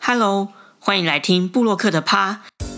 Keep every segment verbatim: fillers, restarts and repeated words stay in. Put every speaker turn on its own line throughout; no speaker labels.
Hello， 欢迎来听部落客的趴。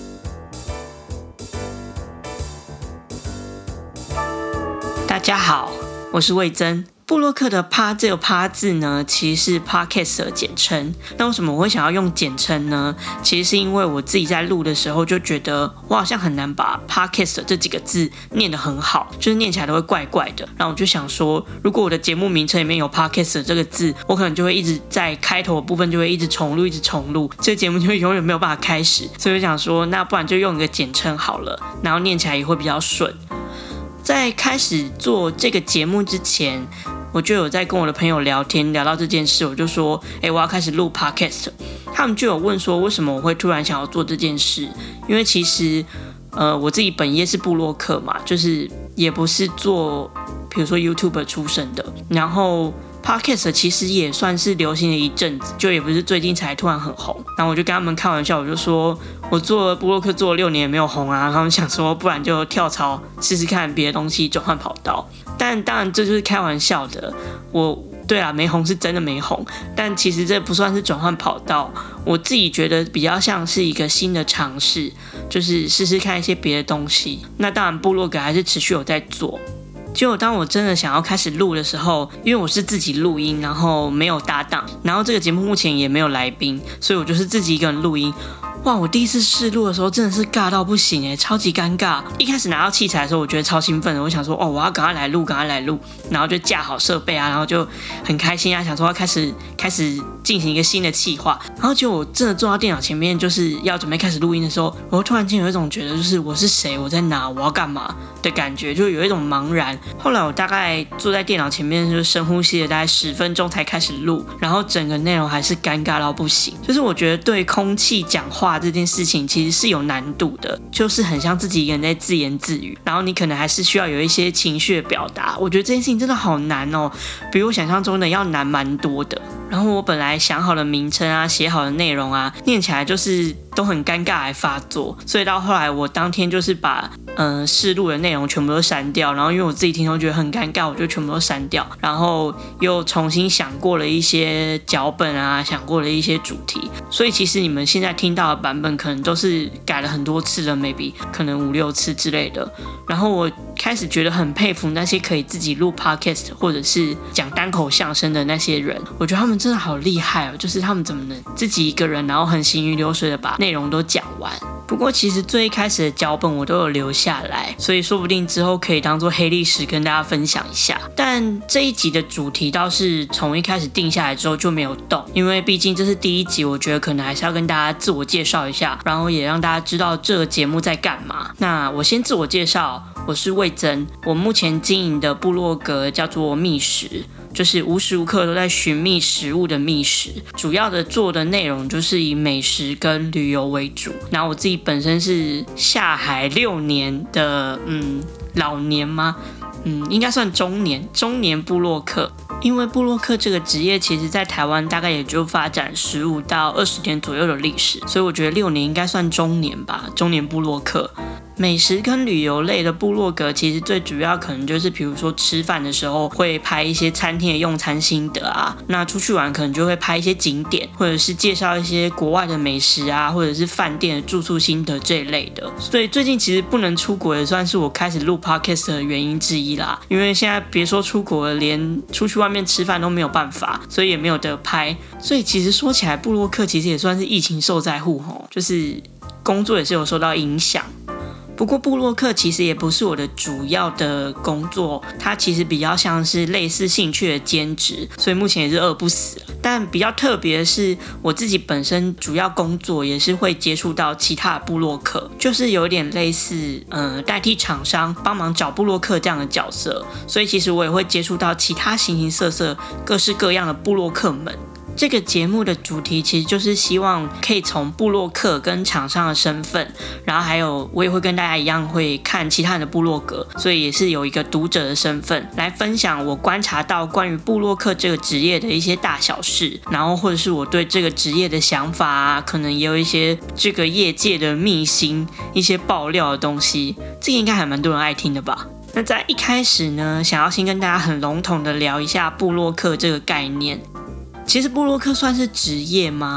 大家好，我是魏珍。部落客的趴这个趴字呢，其实是 podcast 的简称。那为什么我会想要用简称呢？其实是因为我自己在录的时候就觉得我好像很难把 podcast 这几个字念得很好，就是念起来都会怪怪的。然后我就想说，如果我的节目名称里面有 podcast 这个字，我可能就会一直在开头的部分就会一直重录，一直重录，这个节目就会永远没有办法开始。所以我想说，那不然就用一个简称好了，然后念起来也会比较顺。在开始做这个节目之前，我就有在跟我的朋友聊天，聊到这件事，我就说，哎，我要开始录 podcast。他们就有问说，为什么我会突然想要做这件事？因为其实，呃，我自己本业是部落客嘛，就是也不是做，比如说 YouTuber 出身的，然后Podcast 其实也算是流行了一阵子，就也不是最近才突然很红。然后我就跟他们开玩笑，我就说我做部落客做了六年也没有红啊。他们想说，不然就跳槽试试看别的东西，转换跑道。但当然这就是开玩笑的。我对啦，没红是真的没红，但其实这不算是转换跑道。我自己觉得比较像是一个新的尝试，就是试试看一些别的东西。那当然部落格还是持续有在做。结果当我真的想要开始录的时候，因为我是自己录音，然后没有搭档，然后这个节目目前也没有来宾，所以我就是自己一个人录音。哇，我第一次试录的时候真的是尬到不行耶，超级尴尬。一开始拿到器材的时候，我觉得超兴奋的，我想说，哦，我要赶快来录，赶快来录，然后就架好设备啊，然后就很开心啊，想说要开始开始进行一个新的企划。然后结果我真的坐到电脑前面，就是要准备开始录音的时候，我突然间有一种觉得，就是我是谁，我在哪，我要干嘛的感觉，就有一种茫然。后来我大概坐在电脑前面，就深呼吸了大概十分钟才开始录，然后整个内容还是尴尬到不行。就是我觉得对空气讲话这件事情其实是有难度的，就是很像自己一个人在自言自语，然后你可能还是需要有一些情绪的表达。我觉得这件事情真的好难哦，比我想象中的要难蛮多的。然后我本来想好的名称啊，写好的内容啊，念起来就是都很尴尬来发作，所以到后来我当天就是把呃试录的内容全部都删掉，然后因为我自己听都觉得很尴尬，我就全部都删掉，然后又重新想过了一些脚本啊，想过了一些主题，所以其实你们现在听到的版本可能都是改了很多次了 maybe 可能五六次之类的。然后我开始觉得很佩服那些可以自己录 podcast 或者是讲单口相声的那些人，我觉得他们真的好厉害哦，就是他们怎么能自己一个人然后很行云流水的把内容都讲完。不过其实最一开始的脚本我都有留下来，所以说不定之后可以当做黑历史跟大家分享一下。但这一集的主题倒是从一开始定下来之后就没有动，因为毕竟这是第一集，我觉得可能还是要跟大家自我介绍一下，然后也让大家知道这个节目在干嘛。那我先自我介绍，我是魏珍，我目前经营的部落格叫做觅食，就是无时无刻都在寻觅食物的觅食，主要的做的内容就是以美食跟旅游为主。然后我自己本身是下海六年的嗯老年吗？嗯，应该算中年中年部落客。因为部落客这个职业其实在台湾大概也就发展十五到二十年左右的历史，所以我觉得六年应该算中年吧，中年部落客。美食跟旅游类的部落格其实最主要可能就是比如说吃饭的时候会拍一些餐厅的用餐心得啊，那出去玩可能就会拍一些景点，或者是介绍一些国外的美食啊，或者是饭店的住宿心得这一类的。所以最近其实不能出国也算是我开始录 podcast 的原因之一啦，因为现在别说出国了，连出去外面吃饭都没有办法，所以也没有得拍。所以其实说起来部落客其实也算是疫情受灾户吼，就是工作也是有受到影响。不过部落客其实也不是我的主要的工作，它其实比较像是类似兴趣的兼职，所以目前也是饿不死。但比较特别的是，我自己本身主要工作也是会接触到其他的部落客，就是有点类似呃代替厂商帮忙找部落客这样的角色，所以其实我也会接触到其他形形色色各式各样的部落客们。这个节目的主题其实就是希望可以从部落客跟厂商的身份，然后还有我也会跟大家一样会看其他人的部落格，所以也是有一个读者的身份来分享我观察到关于部落客这个职业的一些大小事，然后或者是我对这个职业的想法啊，可能也有一些这个业界的秘辛，一些爆料的东西，这个应该还蛮多人爱听的吧。那在一开始呢，想要先跟大家很笼统的聊一下部落客这个概念。其实部落客算是职业吗？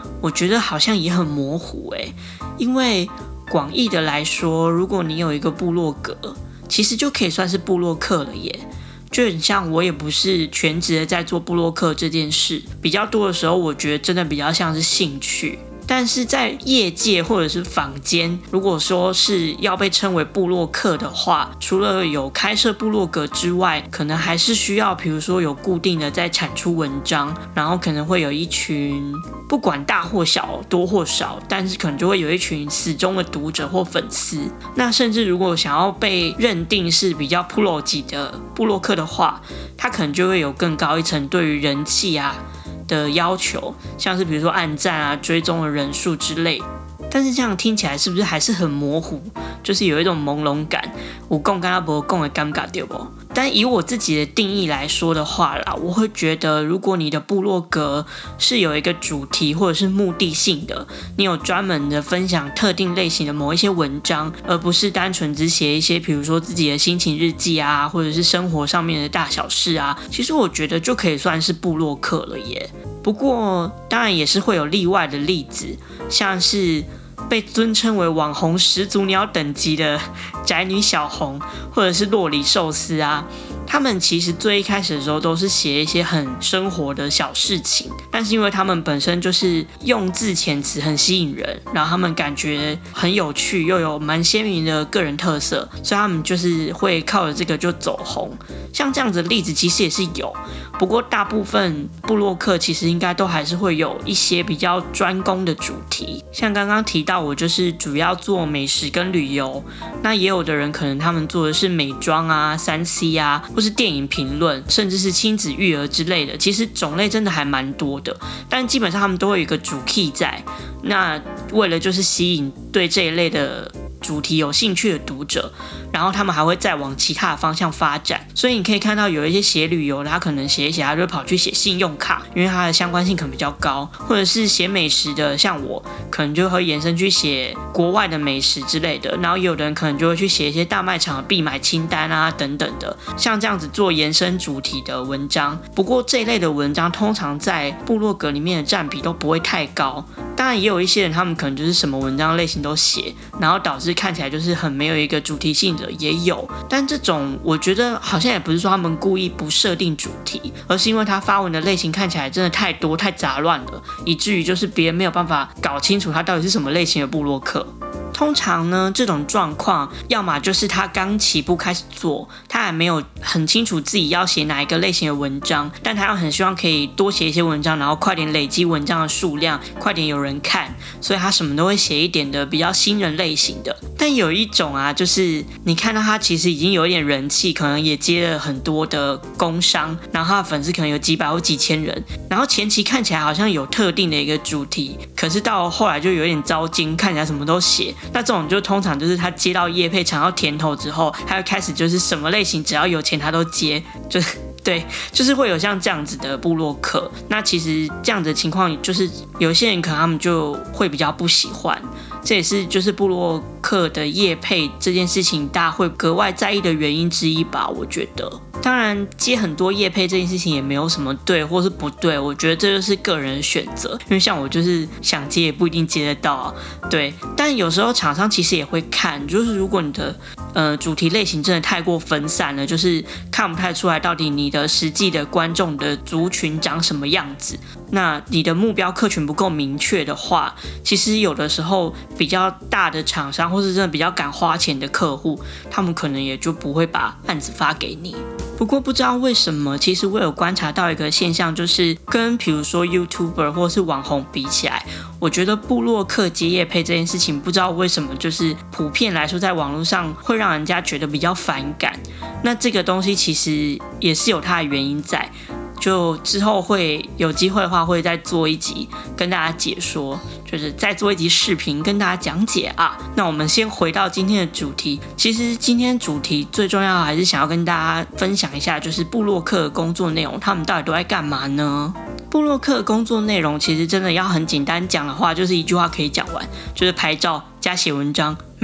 我觉得好像也很模糊诶，因为广义的来说，如果你有一个部落格，其实就可以算是部落客了耶。就很像我也不是全职的在做部落客这件事，比较多的时候我觉得真的比较像是兴趣。但是在业界或者是坊间，如果说是要被称为部落客的话，除了有开设部落格之外，可能还是需要比如说有固定的在产出文章，然后可能会有一群不管大或小多或少，但是可能就会有一群死忠的读者或粉丝。那甚至如果想要被认定是比较 pro 级的部落客的话，他可能就会有更高一层对于人气啊的要求，像是比如说按赞啊、追踪的人数之类。但是这样听起来是不是还是很模糊？就是有一种朦胧感，有讲跟他没讲的尴尬，对不？但以我自己的定义来说的话啦，我会觉得，如果你的部落格是有一个主题或者是目的性的，你有专门的分享特定类型的某一些文章，而不是单纯只写一些比如说自己的心情日记啊，或者是生活上面的大小事啊，其实我觉得就可以算是部落客了耶。不过当然也是会有例外的例子，像是被尊称为网红始祖鸟等级的宅女小红，或者是洛里寿司啊，他们其实最一开始的时候都是写一些很生活的小事情，但是因为他们本身就是用字遣词很吸引人，然后他们感觉很有趣，又有蛮鲜明的个人特色，所以他们就是会靠着这个就走红。像这样子的例子其实也是有，不过大部分部落客其实应该都还是会有一些比较专攻的主题，像刚刚提到我就是主要做美食跟旅游，那也有的人可能他们做的是美妆啊、三 C 啊，或是电影评论，甚至是亲子育儿之类的，其实种类真的还蛮多的，但基本上他们都会有一个主 key 在，那为了就是吸引对这一类的主题有兴趣的读者，然后他们还会再往其他的方向发展。所以你可以看到有一些写旅游的，他可能写一写他就跑去写信用卡，因为它的相关性可能比较高，或者是写美食的，像我可能就会延伸去写国外的美食之类的，然后有的人可能就会去写一些大卖场的必买清单啊等等的，像这样子做延伸主题的文章。不过这一类的文章通常在部落格里面的占比都不会太高，当然也有一些人他们可能就是什么文章类型都写，然后导致看起来就是很没有一个主题性的也有，但这种我觉得好像也不是说他们故意不设定主题，而是因为他发文的类型看起来真的太多太杂乱了，以至于就是别人没有办法搞清楚他到底是什么类型的部落客。通常呢，这种状况要么就是他刚起步开始做，他还没有很清楚自己要写哪一个类型的文章，但他又很希望可以多写一些文章，然后快点累积文章的数量，快点有人看，所以他什么都会写一点的比较新人类型的。但有一种啊，就是你看到他其实已经有一点人气，可能也接了很多的工商，然后他的粉丝可能有几百或几千人，然后前期看起来好像有特定的一个主题，可是到后来就有点糟心，看起来什么都写。那这种就通常就是他接到业配尝到甜头之后，他会开始就是什么类型只要有钱他都接，就是对，就是会有像这样子的部落客。那其实这样子的情况，就是有些人可能他们就会比较不喜欢，这也是就是部落客的业配这件事情大家会格外在意的原因之一吧，我觉得。当然接很多业配这件事情也没有什么对或是不对，我觉得这就是个人的选择，因为像我就是想接也不一定接得到啊，对。但有时候厂商其实也会看，就是如果你的呃主题类型真的太过分散了，就是看不太出来到底你的实际的观众的族群长什么样子，那你的目标客群不够明确的话，其实有的时候比较大的厂商或是真的比较敢花钱的客户，他们可能也就不会把案子发给你。不过不知道为什么，其实我有观察到一个现象，就是跟比如说 YouTuber 或是网红比起来，我觉得部落客接业配这件事情，不知道为什么就是普遍来说在网络上会让人家觉得比较反感。那这个东西其实也是有它的原因在，就之后会有机会的话会再做一集跟大家解说，就是再做一集视频跟大家讲解啊。那我们先回到今天的主题，其实今天主题最重要还是想要跟大家分享一下，就是部落客的工作内容，他们到底都在干嘛呢？部落客的工作内容其实真的要很简单讲的话，就是一句话可以讲完，就是拍照加写文章，没了。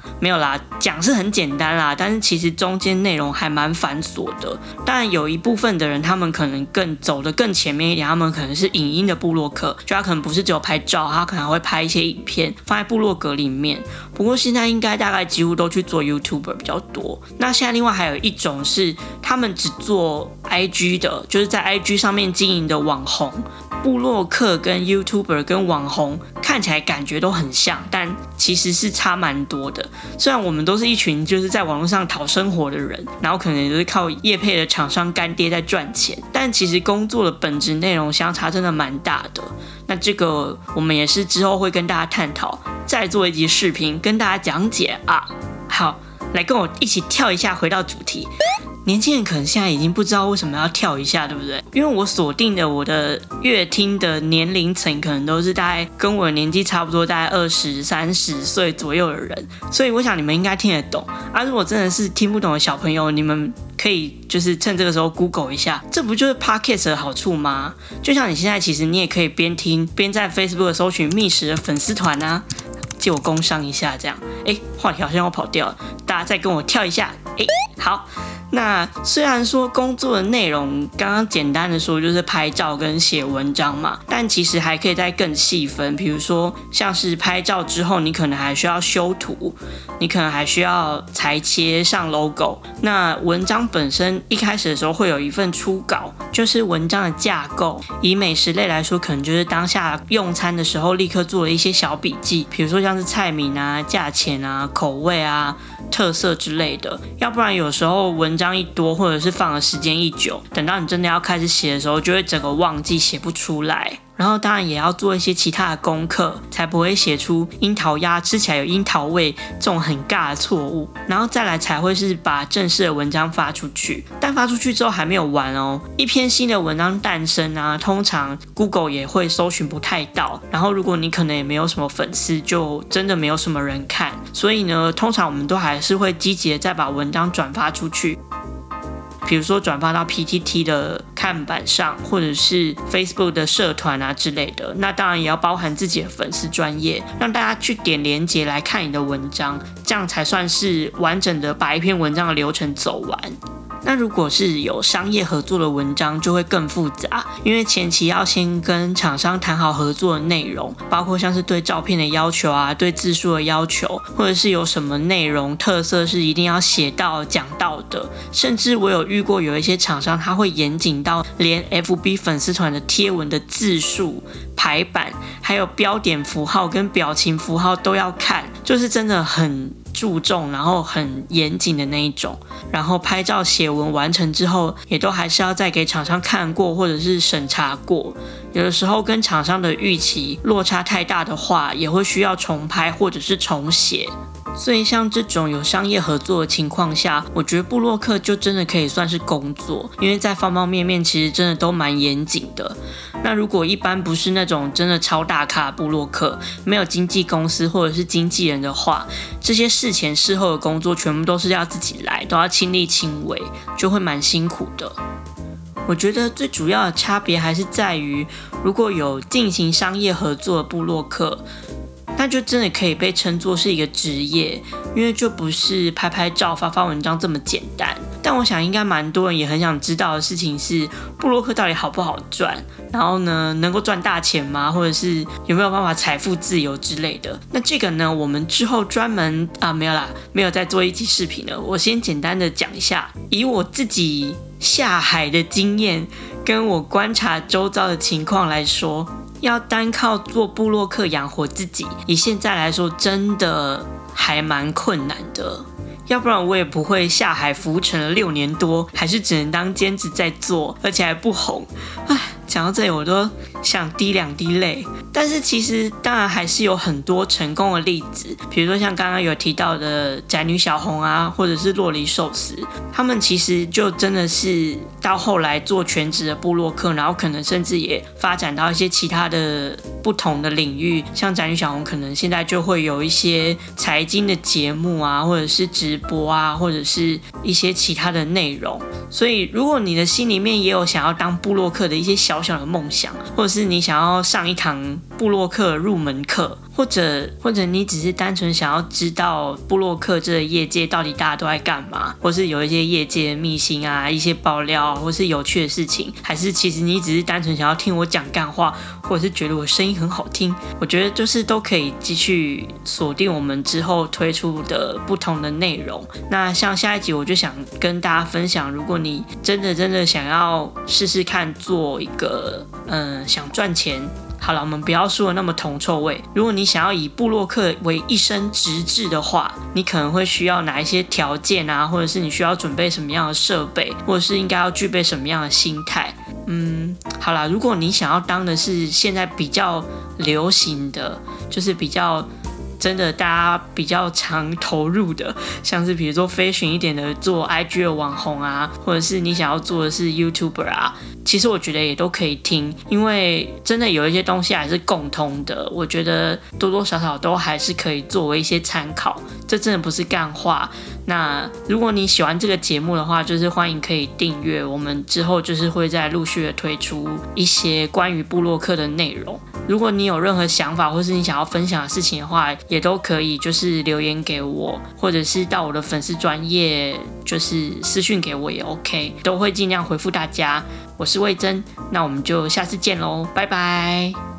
没有啦，讲是很简单啦，但是其实中间内容还蛮繁琐的。当然有一部分的人，他们可能更走得更前面一点，他们可能是影音的部落客，就他可能不是只有拍照，他可能会拍一些影片放在部落格里面。不过现在应该大概几乎都去做 YouTuber 比较多。那现在另外还有一种是他们只做 I G 的，就是在 I G 上面经营的网红。部落客跟 YouTuber 跟网红看起来感觉都很像，但其实是差蛮多的。虽然我们都是一群就是在网络上讨生活的人，然后可能也是靠业配的厂商干爹在赚钱，但其实工作的本质内容相差真的蛮大的。那这个我们也是之后会跟大家探讨，再做一集视频跟大家讲解啊。好，来跟我一起跳一下，回到主题。年轻人可能现在已经不知道为什么要跳一下，对不对？因为我锁定的我的乐听的年龄层可能都是大概跟我的年纪差不多，大概二十三十岁左右的人，所以我想你们应该听得懂啊。如果真的是听不懂的小朋友，你们可以就是趁这个时候 Google 一下，这不就是 Podcast 的好处吗？就像你现在其实你也可以边听边在 Facebook 搜寻密室的粉丝团啊，借我工商一下这样。哎，话题好像要跑掉了，大家再跟我跳一下。哎，好。那虽然说工作的内容刚刚简单的说就是拍照跟写文章嘛，但其实还可以再更细分，比如说像是拍照之后你可能还需要修图，你可能还需要裁切上 logo。 那文章本身一开始的时候会有一份初稿，就是文章的架构。以美食类来说，可能就是当下用餐的时候立刻做了一些小笔记，比如说像是菜名啊、价钱啊、口味啊、特色之类的。要不然有时候文章一多，或者是放的时间一久，等到你真的要开始写的时候，就会整个忘记，写不出来。然后当然也要做一些其他的功课，才不会写出樱桃鸭吃起来有樱桃味这种很尬的错误。然后再来才会是把正式的文章发出去。但发出去之后还没有完哦，一篇新的文章诞生啊，通常 Google 也会搜寻不太到。然后如果你可能也没有什么粉丝，就真的没有什么人看。所以呢，通常我们都还是会积极的再把文章转发出去。比如说转发到 P T T 的看板上，或者是 Facebook 的社团啊之类的。那当然也要包含自己的粉丝专页，让大家去点连结来看你的文章，这样才算是完整的把一篇文章的流程走完。那如果是有商业合作的文章就会更复杂，因为前期要先跟厂商谈好合作的内容，包括像是对照片的要求啊，对字数的要求，或者是有什么内容特色是一定要写到讲到的。甚至我有遇过有一些厂商他会严谨到连 F B 粉丝团的贴文的字数、排版还有标点符号跟表情符号都要看，就是真的很注重，然后很严谨的那一种。然后拍照写文完成之后，也都还是要再给厂商看过或者是审查过。有的时候跟厂商的预期落差太大的话，也会需要重拍或者是重写。所以像这种有商业合作的情况下，我觉得部落客就真的可以算是工作，因为在方方面面其实真的都蛮严谨的。那如果一般不是那种真的超大咖的部落客，没有经纪公司或者是经纪人的话，这些事前事后的工作全部都是要自己来，都要亲力亲为，就会蛮辛苦的。我觉得最主要的差别还是在于，如果有进行商业合作的部落客，那就真的可以被称作是一个职业，因为就不是拍拍照发发文章这么简单。但我想应该蛮多人也很想知道的事情是，部落客到底好不好赚，然后呢能够赚大钱吗，或者是有没有办法财富自由之类的。那这个呢我们之后专门啊没有啦，没有再做一集视频了。我先简单的讲一下，以我自己下海的经验跟我观察周遭的情况来说，要单靠做部落客养活自己，以现在来说真的还蛮困难的。要不然我也不会下海浮沉了六年多，还是只能当兼职在做，而且还不红。唉，讲到这里我都想滴两滴泪。但是其实当然还是有很多成功的例子，比如说像刚刚有提到的宅女小红啊，或者是洛梨寿司，他们其实就真的是到后来做全职的部落客，然后可能甚至也发展到一些其他的不同的领域。像宅女小红可能现在就会有一些财经的节目啊，或者是直播啊，或者是一些其他的内容。所以如果你的心里面也有想要当部落客的一些小小的梦想，或者是你想要上一堂部落客入门课，或者或者你只是单纯想要知道部落客这个业界到底大家都在干嘛，或是有一些业界的秘辛啊，一些爆料，或是有趣的事情，还是其实你只是单纯想要听我讲干话，或者是觉得我声音很好听，我觉得就是都可以继续锁定我们之后推出的不同的内容。那像下一集我就想跟大家分享，如果你真的真的想要试试看做一个嗯想赚钱，好了，我们不要说的那么铜臭味。如果你想要以部落客为一生直志的话，你可能会需要哪一些条件啊，或者是你需要准备什么样的设备，或者是应该要具备什么样的心态。嗯，好啦，如果你想要当的是现在比较流行的，就是比较真的大家比较常投入的，像是比如说fashion一点的做 I G 的网红啊，或者是你想要做的是 YouTuber 啊，其实我觉得也都可以听，因为真的有一些东西还是共通的，我觉得多多少少都还是可以作为一些参考，这真的不是干话。那如果你喜欢这个节目的话，就是欢迎可以订阅，我们之后就是会再陆续的推出一些关于部落客的内容。如果你有任何想法或是你想要分享的事情的话，也都可以就是留言给我，或者是到我的粉丝专页就是私讯给我也 OK， 都会尽量回复大家。我是魏珍，那我们就下次见咯，拜拜。